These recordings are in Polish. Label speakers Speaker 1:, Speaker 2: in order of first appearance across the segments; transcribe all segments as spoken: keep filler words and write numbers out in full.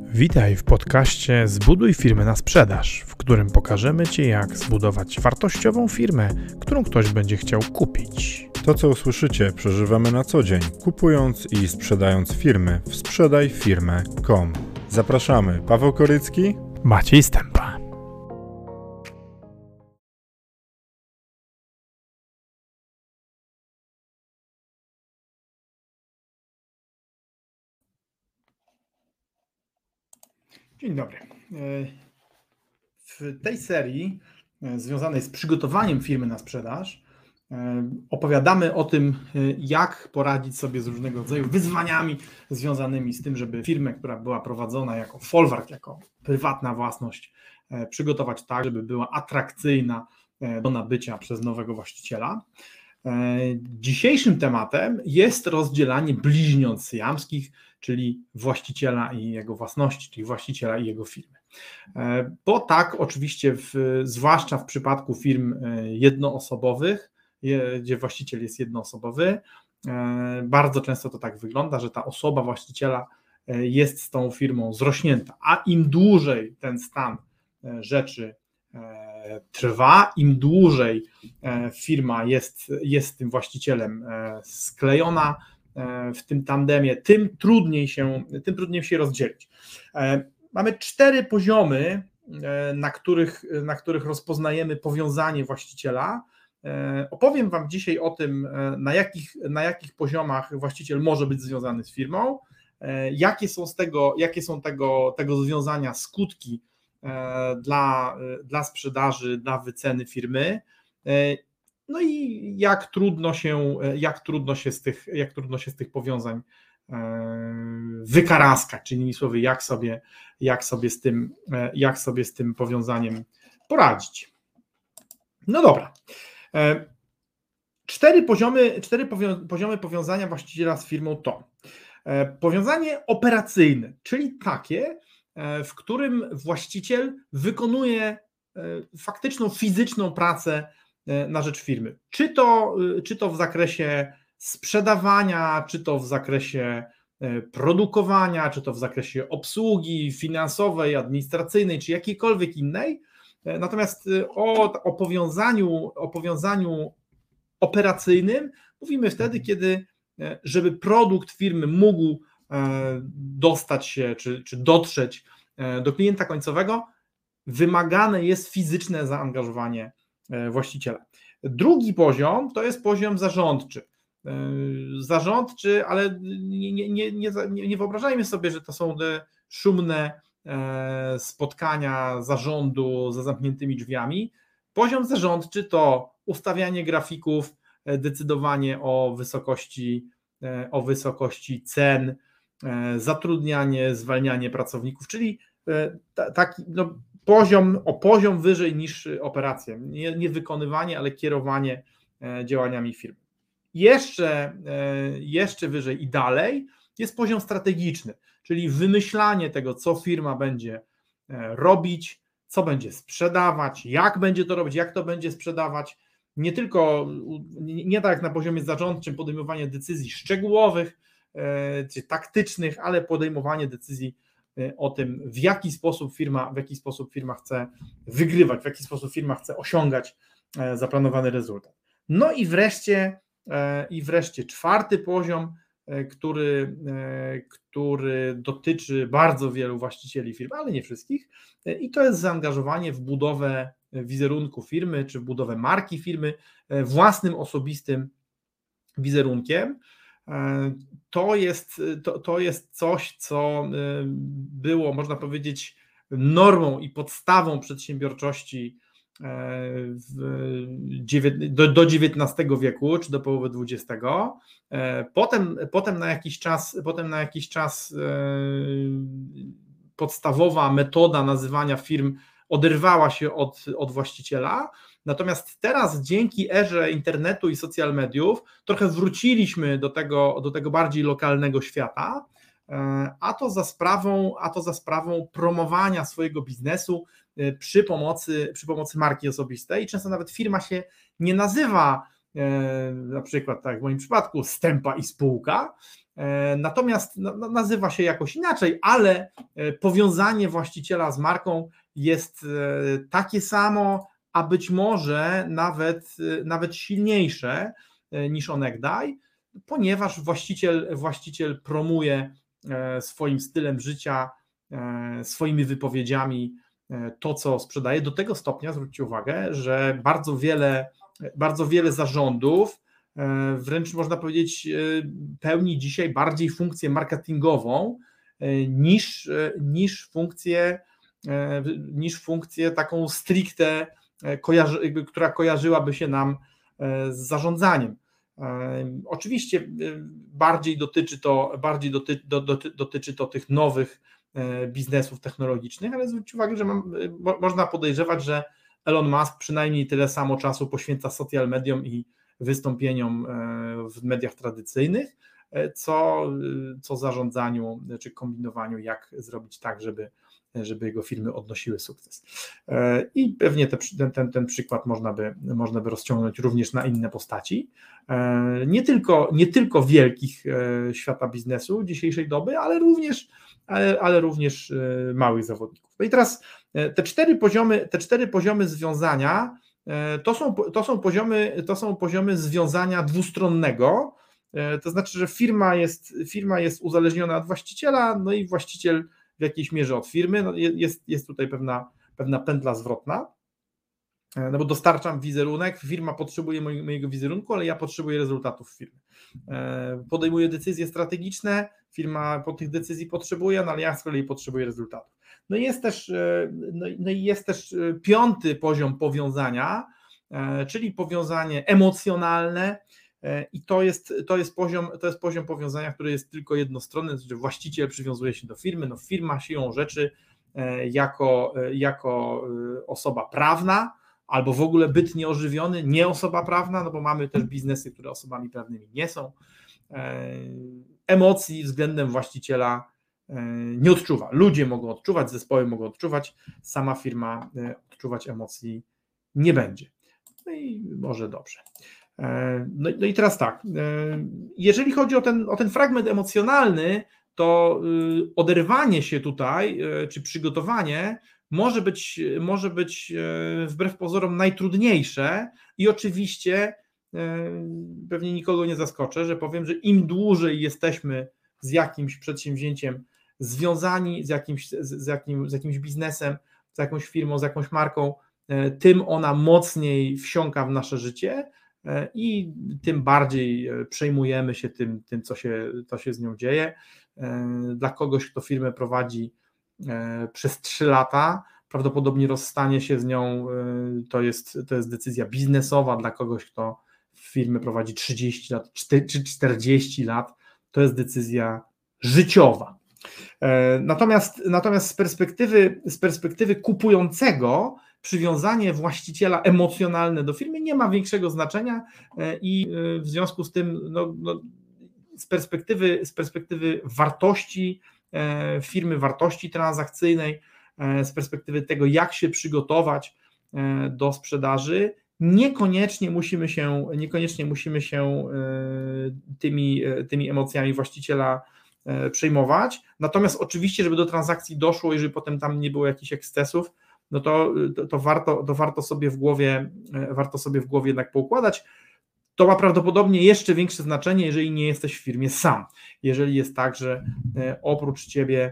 Speaker 1: Witaj w podcaście Zbuduj firmę na sprzedaż, w którym pokażemy Ci, jak zbudować wartościową firmę, którą ktoś będzie chciał kupić.
Speaker 2: To, co usłyszycie, przeżywamy na co dzień, kupując i sprzedając firmy w sprzedaj firmę kropka com. Zapraszamy, Paweł Korycki,
Speaker 1: Maciej Stępa.
Speaker 3: Dzień dobry. W tej serii związanej z przygotowaniem firmy na sprzedaż opowiadamy o tym, jak poradzić sobie z różnego rodzaju wyzwaniami związanymi z tym, żeby firmę, która była prowadzona jako folwark, jako prywatna własność, przygotować tak, żeby była atrakcyjna do nabycia przez nowego właściciela. Dzisiejszym tematem jest rozdzielanie bliźniąt syjamskich, czyli właściciela i jego własności, czyli właściciela i jego firmy. Bo tak oczywiście, w, zwłaszcza w przypadku firm jednoosobowych, gdzie właściciel jest jednoosobowy, bardzo często to tak wygląda, że ta osoba właściciela jest z tą firmą zrośnięta, a im dłużej ten stan rzeczy trwa, im dłużej firma jest, jest tym właścicielem sklejona w tym tandemie, tym trudniej się, tym trudniej się rozdzielić. Mamy cztery poziomy, na których, na których rozpoznajemy powiązanie właściciela. Opowiem Wam dzisiaj o tym, na jakich, na jakich poziomach właściciel może być związany z firmą, jakie są z tego, jakie są tego, tego związania skutki dla, dla sprzedaży, dla wyceny firmy, no i jak trudno się, jak trudno się z tych, jak trudno się z tych powiązań wykaraskać, czyli innymi słowy, jak sobie, jak sobie z tym, jak sobie z tym powiązaniem poradzić. No dobra. Cztery poziomy, cztery poziomy powiązania właściciela z firmą to powiązanie operacyjne, czyli takie, w którym właściciel wykonuje faktyczną, fizyczną pracę na rzecz firmy. Czy to, czy to w zakresie sprzedawania, czy to w zakresie produkowania, czy to w zakresie obsługi finansowej, administracyjnej, czy jakiejkolwiek innej. Natomiast o, o, powiązaniu, o powiązaniu operacyjnym mówimy wtedy, kiedy żeby produkt firmy mógł dostać się, czy, czy dotrzeć do klienta końcowego, wymagane jest fizyczne zaangażowanie właściciela. Drugi poziom to jest poziom zarządczy. Zarządczy, ale nie, nie, nie, nie, nie wyobrażajmy sobie, że to są szumne spotkania zarządu za zamkniętymi drzwiami. Poziom zarządczy to ustawianie grafików, decydowanie o wysokości, o wysokości cen, zatrudnianie, zwalnianie pracowników, czyli taki no, poziom, o poziom wyżej niż operacje, nie, nie wykonywanie, ale kierowanie działaniami firmy. Jeszcze, jeszcze wyżej i dalej jest poziom strategiczny, czyli wymyślanie tego, co firma będzie robić, co będzie sprzedawać, jak będzie to robić, jak to będzie sprzedawać. Nie tylko, nie tak jak na poziomie zarządczym podejmowanie decyzji szczegółowych czy taktycznych, ale podejmowanie decyzji o tym, w jaki sposób firma, w jaki sposób firma chce wygrywać, w jaki sposób firma chce osiągać zaplanowany rezultat. No i wreszcie, i wreszcie czwarty poziom, który, który dotyczy bardzo wielu właścicieli firm, ale nie wszystkich, i to jest zaangażowanie w budowę wizerunku firmy, czy w budowę marki firmy własnym, osobistym wizerunkiem. To jest, to, to jest coś, co było, można powiedzieć, normą i podstawą przedsiębiorczości do, do dziewiętnastego wieku, czy do połowy dwudziestego. Potem, potem na jakiś czas, potem na jakiś czas podstawowa metoda nazywania firm oderwała się od, od właściciela, natomiast teraz dzięki erze internetu i social mediów trochę wróciliśmy do tego, do tego bardziej lokalnego świata, a to za sprawą, a to za sprawą promowania swojego biznesu przy pomocy, przy pomocy marki osobistej. Często nawet firma się nie nazywa na przykład tak jak w moim przypadku Stępa i spółka, natomiast no, nazywa się jakoś inaczej, ale powiązanie właściciela z marką jest takie samo, a być może nawet, nawet silniejsze niż onegdaj, ponieważ właściciel, właściciel promuje swoim stylem życia, swoimi wypowiedziami to, co sprzedaje, do tego stopnia, zwróćcie uwagę, że bardzo wiele, bardzo wiele zarządów, wręcz można powiedzieć, pełni dzisiaj bardziej funkcję marketingową niż, niż funkcję, niż funkcję taką stricte, kojarzy, która kojarzyłaby się nam z zarządzaniem. Oczywiście bardziej dotyczy to, bardziej doty, do, doty, dotyczy to tych nowych biznesów technologicznych, ale zwróćcie uwagę, że mam, mo, można podejrzewać, że Elon Musk przynajmniej tyle samo czasu poświęca social mediom i wystąpieniom w mediach tradycyjnych, co, co zarządzaniu czy kombinowaniu, jak zrobić tak, żeby, żeby jego firmy odnosiły sukces. I pewnie te, ten, ten, ten przykład można by, można by rozciągnąć również na inne postaci, nie tylko, nie tylko wielkich świata biznesu dzisiejszej doby, ale również, ale, ale również małych zawodników. No i teraz te cztery poziomy, te cztery poziomy związania to są, to są poziomy, to są poziomy związania dwustronnego, to znaczy, że firma jest, firma jest uzależniona od właściciela, no i właściciel w jakiejś mierze od firmy, no jest, jest tutaj pewna, pewna pętla zwrotna, no bo dostarczam wizerunek, firma potrzebuje mojego, mojego wizerunku, ale ja potrzebuję rezultatów firmy. Podejmuję decyzje strategiczne, firma po tych decyzji potrzebuje, no ale ja z kolei potrzebuję rezultatów. No i jest też, no i jest też piąty poziom powiązania, czyli powiązanie emocjonalne, i to jest, to jest poziom, to jest poziom powiązania, który jest tylko jednostronny, że właściciel przywiązuje się do firmy, no firma siłą rzeczy jako, jako osoba prawna, albo w ogóle byt nieożywiony, nie osoba prawna, no bo mamy też biznesy, które osobami prawnymi nie są, emocji względem właściciela nie odczuwa. Ludzie mogą odczuwać, zespoły mogą odczuwać, sama firma odczuwać emocji nie będzie. No i może dobrze. No, no i teraz tak, jeżeli chodzi o ten, o ten fragment emocjonalny, to oderwanie się tutaj, czy przygotowanie może być, może być wbrew pozorom najtrudniejsze i oczywiście pewnie nikogo nie zaskoczę, że powiem, że im dłużej jesteśmy z jakimś przedsięwzięciem związani, z jakimś, z, jakim, z jakimś biznesem, z jakąś firmą, z jakąś marką, tym ona mocniej wsiąka w nasze życie i tym bardziej przejmujemy się tym, tym co się, co się z nią dzieje. Dla kogoś, kto firmę prowadzi przez trzy lata, prawdopodobnie rozstanie się z nią to jest, to jest decyzja biznesowa, dla kogoś, kto firmę prowadzi trzydzieści lat czy czterdzieści lat, to jest decyzja życiowa. Natomiast, natomiast z perspektywy, z perspektywy kupującego przywiązanie właściciela emocjonalne do firmy nie ma większego znaczenia i w związku z tym no, no, z perspektywy, z perspektywy wartości firmy, wartości transakcyjnej, z perspektywy tego, jak się przygotować do sprzedaży, niekoniecznie musimy się, niekoniecznie musimy się tymi, tymi emocjami właściciela przejmować. Natomiast oczywiście, żeby do transakcji doszło, jeżeli potem tam nie było jakichś ekscesów, no to, to, to, warto, to warto sobie w głowie, warto sobie w głowie jednak poukładać. To ma prawdopodobnie jeszcze większe znaczenie, jeżeli nie jesteś w firmie sam. Jeżeli jest tak, że oprócz ciebie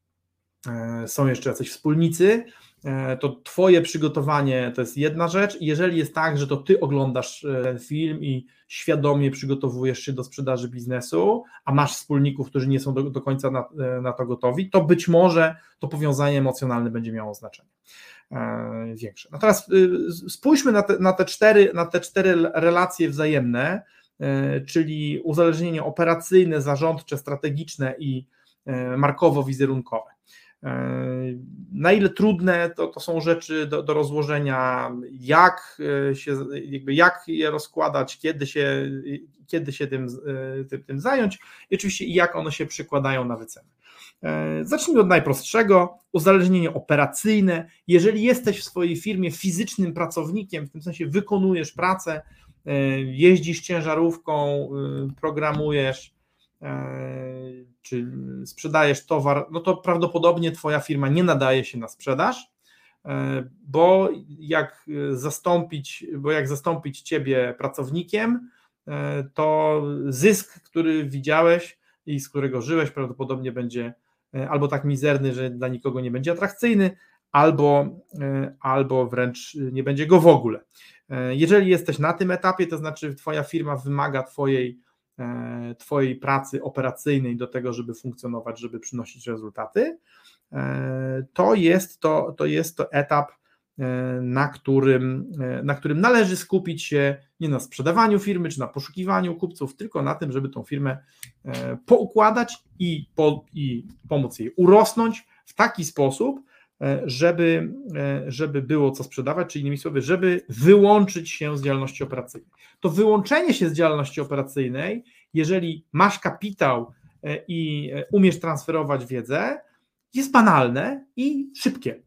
Speaker 3: są jeszcze jacyś wspólnicy, to twoje przygotowanie to jest jedna rzecz. Jeżeli jest tak, że to ty oglądasz ten film i świadomie przygotowujesz się do sprzedaży biznesu, a masz wspólników, którzy nie są do, do końca na, na to gotowi, to być może to powiązanie emocjonalne będzie miało znaczenie e, większe. Natomiast y, spójrzmy na te, na, te cztery, na te cztery relacje wzajemne, y, czyli uzależnienie operacyjne, zarządcze, strategiczne i y, markowo-wizerunkowe. Na ile trudne to, to są rzeczy do, do rozłożenia, jak się, jakby jak je rozkładać, kiedy się, kiedy się tym, tym, tym zająć i oczywiście jak one się przekładają na wycenę. Zacznijmy od najprostszego, uzależnienie operacyjne. Jeżeli jesteś w swojej firmie fizycznym pracownikiem, w tym sensie wykonujesz pracę, jeździsz ciężarówką, programujesz, czy sprzedajesz towar, no to prawdopodobnie twoja firma nie nadaje się na sprzedaż, bo jak zastąpić, bo jak zastąpić ciebie pracownikiem, to zysk, który widziałeś i z którego żyłeś, prawdopodobnie będzie albo tak mizerny, że dla nikogo nie będzie atrakcyjny, albo, albo wręcz nie będzie go w ogóle. Jeżeli jesteś na tym etapie, to znaczy twoja firma wymaga twojej, twojej pracy operacyjnej do tego, żeby funkcjonować, żeby przynosić rezultaty, to jest to, to jest to etap, na którym, na którym należy skupić się nie na sprzedawaniu firmy, czy na poszukiwaniu kupców, tylko na tym, żeby tą firmę poukładać i, po, i pomóc jej urosnąć w taki sposób, żeby, żeby było co sprzedawać, czyli innymi słowy, żeby wyłączyć się z działalności operacyjnej. To wyłączenie się z działalności operacyjnej, jeżeli masz kapitał i umiesz transferować wiedzę, jest banalne i szybkie.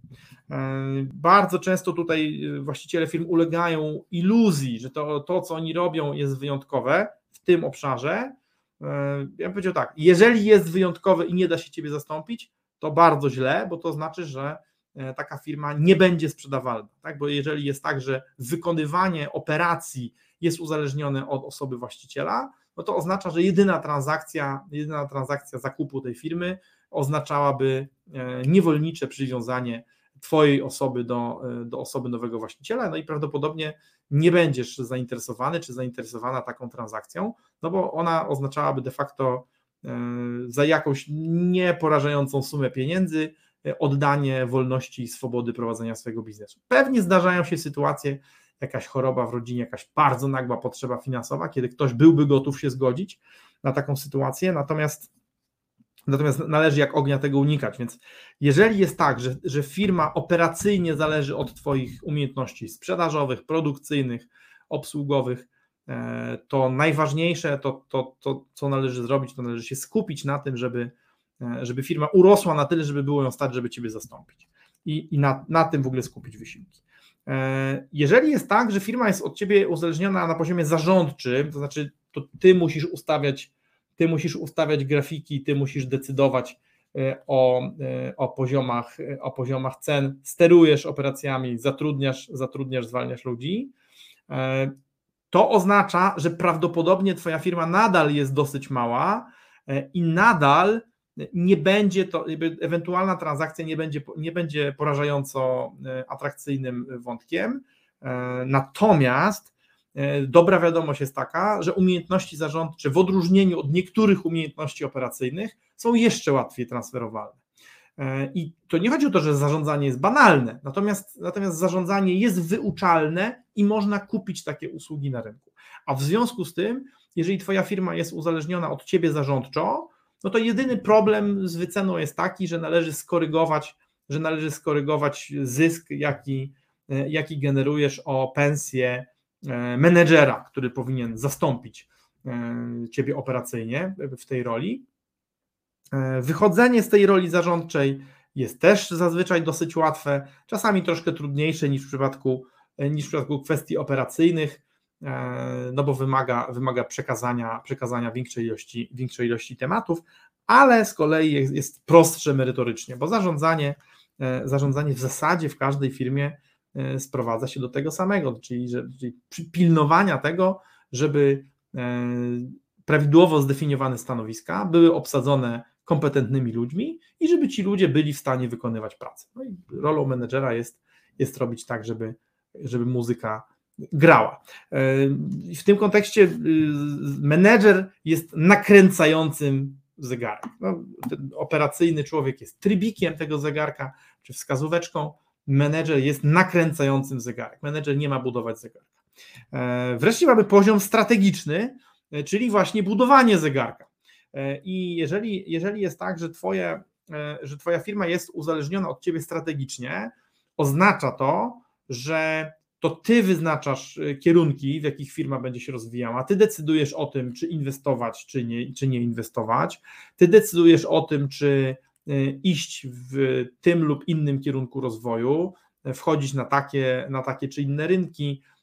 Speaker 3: Bardzo często tutaj właściciele firm ulegają iluzji, że to, to co oni robią, jest wyjątkowe w tym obszarze. Ja bym powiedział tak, jeżeli jest wyjątkowe i nie da się ciebie zastąpić, to bardzo źle, bo to znaczy, że taka firma nie będzie sprzedawalna, tak? Bo jeżeli jest tak, że wykonywanie operacji jest uzależnione od osoby właściciela, no to oznacza, że jedyna transakcja, jedyna transakcja zakupu tej firmy oznaczałaby niewolnicze przywiązanie twojej osoby do, do osoby nowego właściciela, no i prawdopodobnie nie będziesz zainteresowany czy zainteresowana taką transakcją, no bo ona oznaczałaby de facto za jakąś nieporażającą sumę pieniędzy oddanie wolności i swobody prowadzenia swojego biznesu. Pewnie zdarzają się sytuacje, jakaś choroba w rodzinie, jakaś bardzo nagła potrzeba finansowa, kiedy ktoś byłby gotów się zgodzić na taką sytuację, natomiast Natomiast należy jak ognia tego unikać, więc jeżeli jest tak, że, że firma operacyjnie zależy od twoich umiejętności sprzedażowych, produkcyjnych, obsługowych, to najważniejsze, to, to, to co należy zrobić, to należy się skupić na tym, żeby, żeby firma urosła na tyle, żeby było ją stać, żeby ciebie zastąpić i, i na, na tym w ogóle skupić wysiłki. Jeżeli jest tak, że firma jest od ciebie uzależniona na poziomie zarządczym, to znaczy to ty musisz ustawiać Ty musisz ustawiać grafiki, ty musisz decydować o, o, poziomach, o poziomach cen, sterujesz operacjami, zatrudniasz, zatrudniasz, zwalniasz ludzi. To oznacza, że prawdopodobnie twoja firma nadal jest dosyć mała i nadal nie będzie to, ewentualna transakcja nie będzie, nie będzie porażająco atrakcyjnym wątkiem. Natomiast dobra wiadomość jest taka, że umiejętności zarządcze w odróżnieniu od niektórych umiejętności operacyjnych są jeszcze łatwiej transferowalne. I to nie chodzi o to, że zarządzanie jest banalne, natomiast, natomiast zarządzanie jest wyuczalne i można kupić takie usługi na rynku. A w związku z tym, jeżeli twoja firma jest uzależniona od ciebie zarządczo, no to jedyny problem z wyceną jest taki, że należy skorygować, że należy skorygować zysk, jaki, jaki generujesz o pensję menedżera, który powinien zastąpić ciebie operacyjnie w tej roli. Wychodzenie z tej roli zarządczej jest też zazwyczaj dosyć łatwe, czasami troszkę trudniejsze niż w przypadku, niż w przypadku kwestii operacyjnych, no bo wymaga, wymaga przekazania, przekazania większej ilości, większej ilości tematów, ale z kolei jest, jest prostsze merytorycznie, bo zarządzanie, zarządzanie w zasadzie w każdej firmie sprowadza się do tego samego, czyli, że, czyli pilnowania tego, żeby prawidłowo zdefiniowane stanowiska były obsadzone kompetentnymi ludźmi i żeby ci ludzie byli w stanie wykonywać pracę. No i rolą menedżera jest, jest robić tak, żeby, żeby muzyka grała. W tym kontekście menedżer jest nakręcającym zegarek. No, ten operacyjny człowiek jest trybikiem tego zegarka, czy wskazóweczką, menedżer jest nakręcającym zegarek. Menedżer nie ma budować zegarka. Wreszcie mamy poziom strategiczny, czyli właśnie budowanie zegarka. I jeżeli, jeżeli jest tak, że, twoje, że twoja firma jest uzależniona od ciebie strategicznie, oznacza to, że to ty wyznaczasz kierunki, w jakich firma będzie się rozwijała, ty decydujesz o tym, czy inwestować, czy nie, czy nie inwestować, ty decydujesz o tym, czy iść w tym lub innym kierunku rozwoju, wchodzić na takie, na takie czy inne rynki,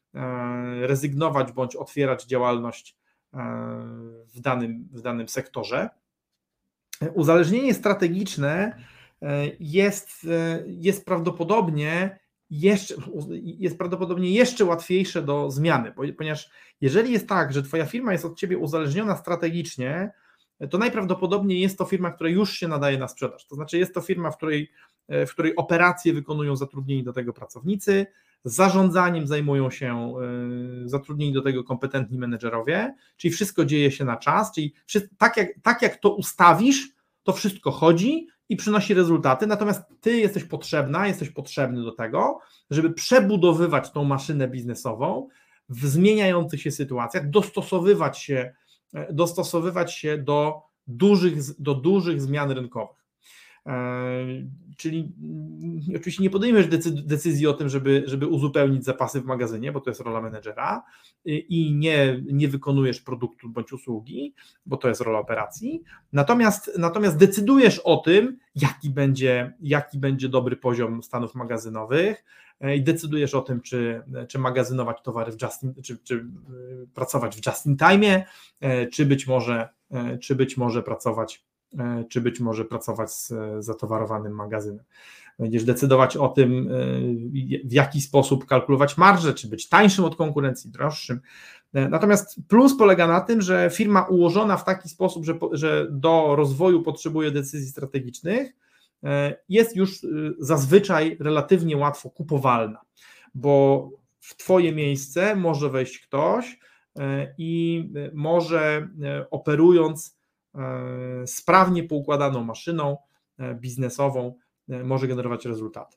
Speaker 3: rezygnować bądź otwierać działalność w danym, w danym sektorze. Uzależnienie strategiczne jest, jest prawdopodobnie jeszcze, jest prawdopodobnie jeszcze łatwiejsze do zmiany, ponieważ jeżeli jest tak, że twoja firma jest od ciebie uzależniona strategicznie, to najprawdopodobniej jest to firma, która już się nadaje na sprzedaż. To znaczy jest to firma, w której, w której operacje wykonują zatrudnieni do tego pracownicy, zarządzaniem zajmują się zatrudnieni do tego kompetentni menedżerowie, czyli wszystko dzieje się na czas, czyli tak jak, tak jak to ustawisz, to wszystko chodzi i przynosi rezultaty, natomiast ty jesteś potrzebna, jesteś potrzebny do tego, żeby przebudowywać tą maszynę biznesową w zmieniających się sytuacjach, dostosowywać się, dostosowywać się do dużych, do dużych zmian rynkowych. Czyli oczywiście nie podejmiesz decyzji o tym, żeby, żeby uzupełnić zapasy w magazynie, bo to jest rola menedżera i nie, nie wykonujesz produktu bądź usługi, bo to jest rola operacji, natomiast, natomiast decydujesz o tym, jaki będzie, jaki będzie dobry poziom stanów magazynowych i decydujesz o tym, czy, czy magazynować towary w just in, czy, czy pracować w just in time, czy być może, czy być może pracować czy być może pracować z zatowarowanym magazynem. Będziesz decydować o tym, w jaki sposób kalkulować marżę, czy być tańszym od konkurencji, droższym. Natomiast plus polega na tym, że firma ułożona w taki sposób, że, że do rozwoju potrzebuje decyzji strategicznych, jest już zazwyczaj relatywnie łatwo kupowalna, bo w twoje miejsce może wejść ktoś i może operując sprawnie poukładaną maszyną biznesową może generować rezultaty.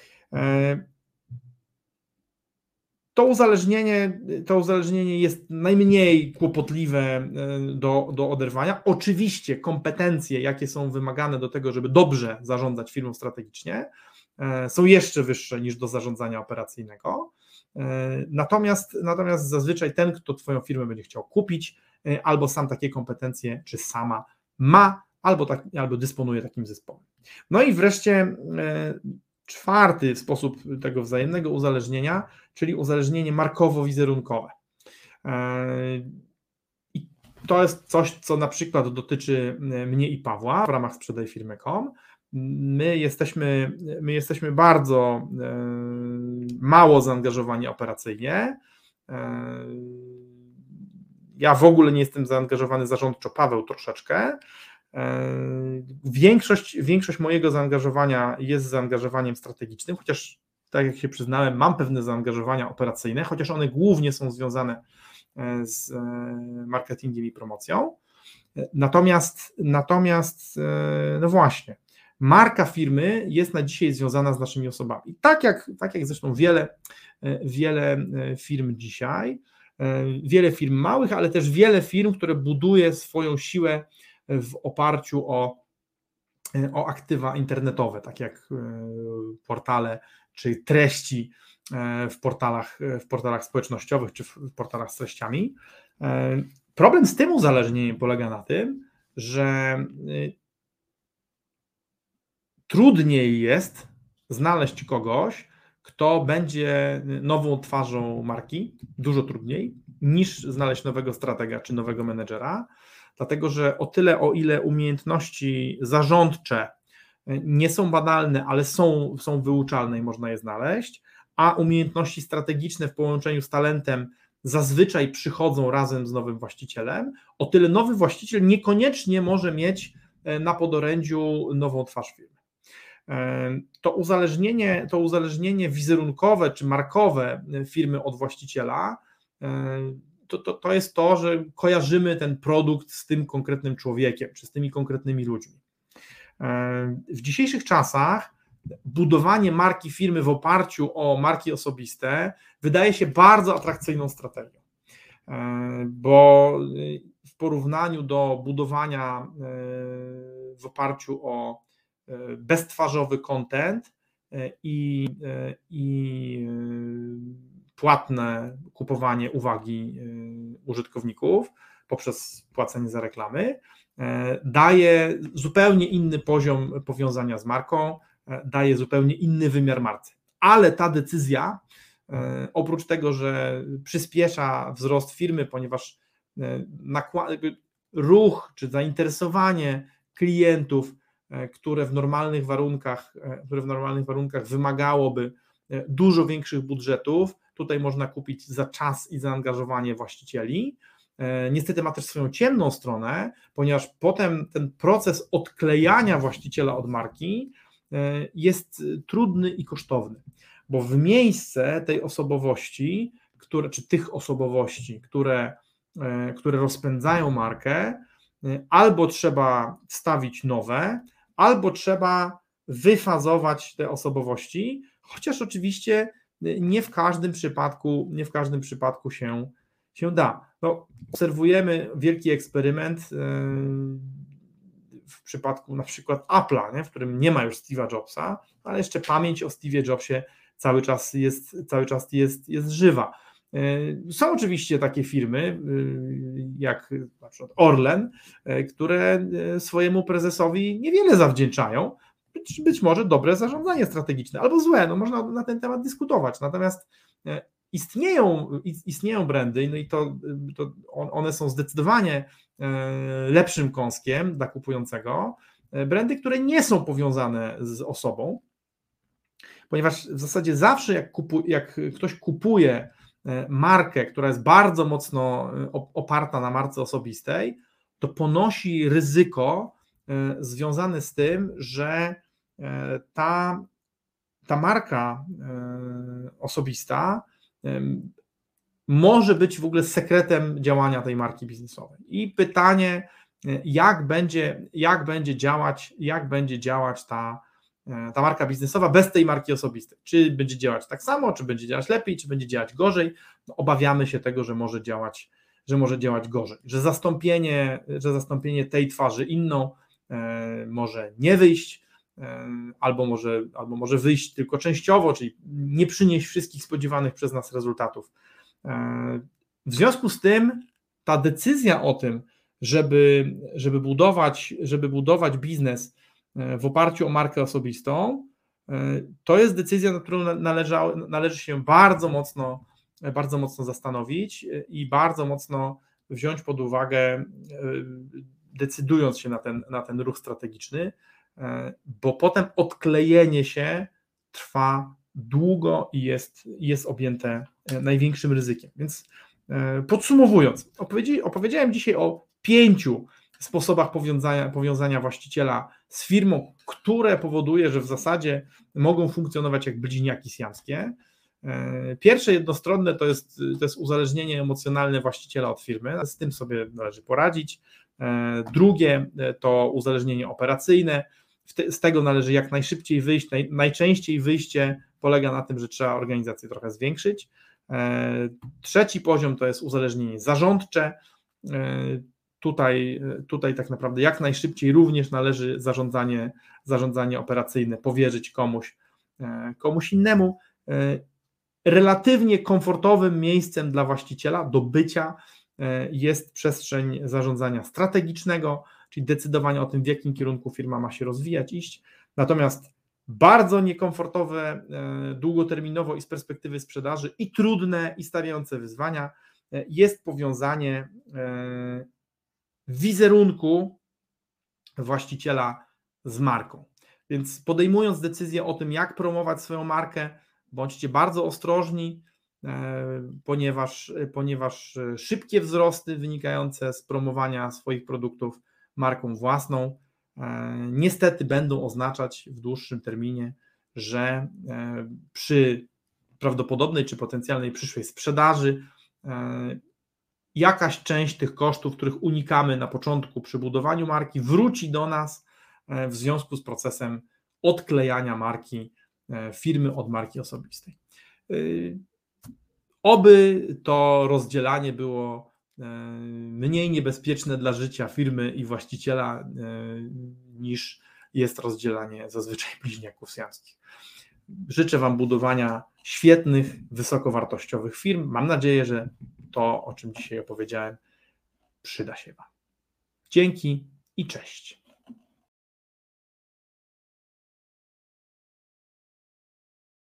Speaker 3: To uzależnienie, to uzależnienie jest najmniej kłopotliwe do, do oderwania. Oczywiście kompetencje, jakie są wymagane do tego, żeby dobrze zarządzać firmą strategicznie, są jeszcze wyższe niż do zarządzania operacyjnego. Natomiast, natomiast zazwyczaj ten, kto twoją firmę będzie chciał kupić, albo sam takie kompetencje, czy sama ma, albo, tak, albo dysponuje takim zespołem. No i wreszcie czwarty sposób tego wzajemnego uzależnienia, czyli uzależnienie markowo-wizerunkowe. I to jest coś, co na przykład dotyczy mnie i Pawła w ramach Sprzedaj Firmę kropka com. My jesteśmy, my jesteśmy bardzo mało zaangażowani operacyjnie. Ja w ogóle nie jestem zaangażowany zarządczo, Paweł troszeczkę. Większość, większość mojego zaangażowania jest zaangażowaniem strategicznym, chociaż tak jak się przyznałem, mam pewne zaangażowania operacyjne, chociaż one głównie są związane z marketingiem i promocją. Natomiast, natomiast no właśnie, marka firmy jest na dzisiaj związana z naszymi osobami. Tak jak, tak jak zresztą wiele, wiele firm dzisiaj, wiele firm małych, ale też wiele firm, które buduje swoją siłę w oparciu o, o aktywa internetowe, tak jak portale czy treści w portalach, w portalach społecznościowych czy w portalach z treściami. Problem z tym uzależnieniem polega na tym, że trudniej jest znaleźć kogoś, kto będzie nową twarzą marki, dużo trudniej, niż znaleźć nowego stratega czy nowego menedżera, dlatego że o tyle, o ile umiejętności zarządcze nie są banalne, ale są, są wyuczalne i można je znaleźć, a umiejętności strategiczne w połączeniu z talentem zazwyczaj przychodzą razem z nowym właścicielem, o tyle nowy właściciel niekoniecznie może mieć na podorędziu nową twarz firmy. To uzależnienie, to uzależnienie wizerunkowe czy markowe firmy od właściciela, to, to, to jest to, że kojarzymy ten produkt z tym konkretnym człowiekiem, czy z tymi konkretnymi ludźmi. W dzisiejszych czasach budowanie marki firmy w oparciu o marki osobiste wydaje się bardzo atrakcyjną strategią, bo w porównaniu do budowania w oparciu o beztwarzowy content i, i płatne kupowanie uwagi użytkowników poprzez płacenie za reklamy daje zupełnie inny poziom powiązania z marką, daje zupełnie inny wymiar marce. Ale ta decyzja Oprócz tego, że przyspiesza wzrost firmy, ponieważ ruch czy zainteresowanie klientów, które w normalnych warunkach, które w normalnych warunkach wymagałoby dużo większych budżetów, tutaj można kupić za czas i zaangażowanie właścicieli. Niestety ma też swoją ciemną stronę, ponieważ potem ten proces odklejania właściciela od marki jest trudny i kosztowny, bo w miejsce tej osobowości, które, czy tych osobowości, które, które rozpędzają markę, albo trzeba wstawić nowe, albo trzeba wyfazować te osobowości, chociaż oczywiście nie w każdym przypadku, nie w każdym przypadku się, się da. No, obserwujemy wielki eksperyment w przypadku na przykład Apple'a, nie? W którym nie ma już Steve'a Jobsa, ale jeszcze pamięć o Steve'ie Jobsie cały czas jest, cały czas jest, jest żywa. Są oczywiście takie firmy jak na przykład Orlen, które swojemu prezesowi niewiele zawdzięczają, być, być może dobre zarządzanie strategiczne, albo złe, no można na ten temat dyskutować, natomiast istnieją, istnieją brandy, no i to, to one są zdecydowanie lepszym kąskiem dla kupującego, brandy, które nie są powiązane z osobą, ponieważ w zasadzie zawsze jak, kupu, jak ktoś kupuje markę, która jest bardzo mocno oparta na marce osobistej, to ponosi ryzyko związane z tym, że ta, ta marka osobista może być w ogóle sekretem działania tej marki biznesowej. I pytanie, jak będzie, jak będzie działać, jak będzie działać ta, ta marka biznesowa bez tej marki osobistej. Czy będzie działać tak samo, czy będzie działać lepiej, czy będzie działać gorzej. No, obawiamy się tego, że może działać, że może działać gorzej, że zastąpienie, że zastąpienie tej twarzy inną e, może nie wyjść, e, albo, może, albo może wyjść tylko częściowo, czyli nie przynieść wszystkich spodziewanych przez nas rezultatów. E, w związku z tym ta decyzja o tym, żeby, żeby, budować, żeby budować biznes w oparciu o markę osobistą, to jest decyzja, nad którą należy, należy się bardzo mocno, bardzo mocno zastanowić i bardzo mocno wziąć pod uwagę, decydując się na ten, na ten ruch strategiczny, bo potem odklejenie się trwa długo i jest, jest objęte największym ryzykiem. Więc podsumowując, opowiedziałem dzisiaj o pięciu sposobach powiązania, powiązania właściciela z firmą, które powoduje, że w zasadzie mogą funkcjonować jak bliźniaki siamskie. Pierwsze jednostronne to jest, to jest uzależnienie emocjonalne właściciela od firmy, z tym sobie należy poradzić. Drugie to uzależnienie operacyjne, z tego należy jak najszybciej wyjść, naj, najczęściej wyjście polega na tym, że trzeba organizację trochę zwiększyć. Trzeci poziom to jest uzależnienie zarządcze. Tutaj, tutaj tak naprawdę jak najszybciej również należy zarządzanie, zarządzanie operacyjne powierzyć komuś, komuś innemu. Relatywnie komfortowym miejscem dla właściciela do bycia jest przestrzeń zarządzania strategicznego, czyli decydowanie o tym, w jakim kierunku firma ma się rozwijać, iść. Natomiast bardzo niekomfortowe długoterminowo i z perspektywy sprzedaży i trudne i stawiające wyzwania jest powiązanie wizerunku właściciela z marką. Więc podejmując decyzję o tym, jak promować swoją markę, bądźcie bardzo ostrożni, ponieważ, ponieważ szybkie wzrosty wynikające z promowania swoich produktów marką własną niestety będą oznaczać w dłuższym terminie, że przy prawdopodobnej czy potencjalnej przyszłej sprzedaży jakaś część tych kosztów, których unikamy na początku przy budowaniu marki, wróci do nas w związku z procesem odklejania marki firmy od marki osobistej. Oby to rozdzielanie było mniej niebezpieczne dla życia firmy i właściciela niż jest rozdzielanie zazwyczaj bliźniaków siamskich. Życzę Wam budowania świetnych, wysokowartościowych firm. Mam nadzieję, że to, o czym dzisiaj opowiedziałem, przyda się Wam. Dzięki i cześć.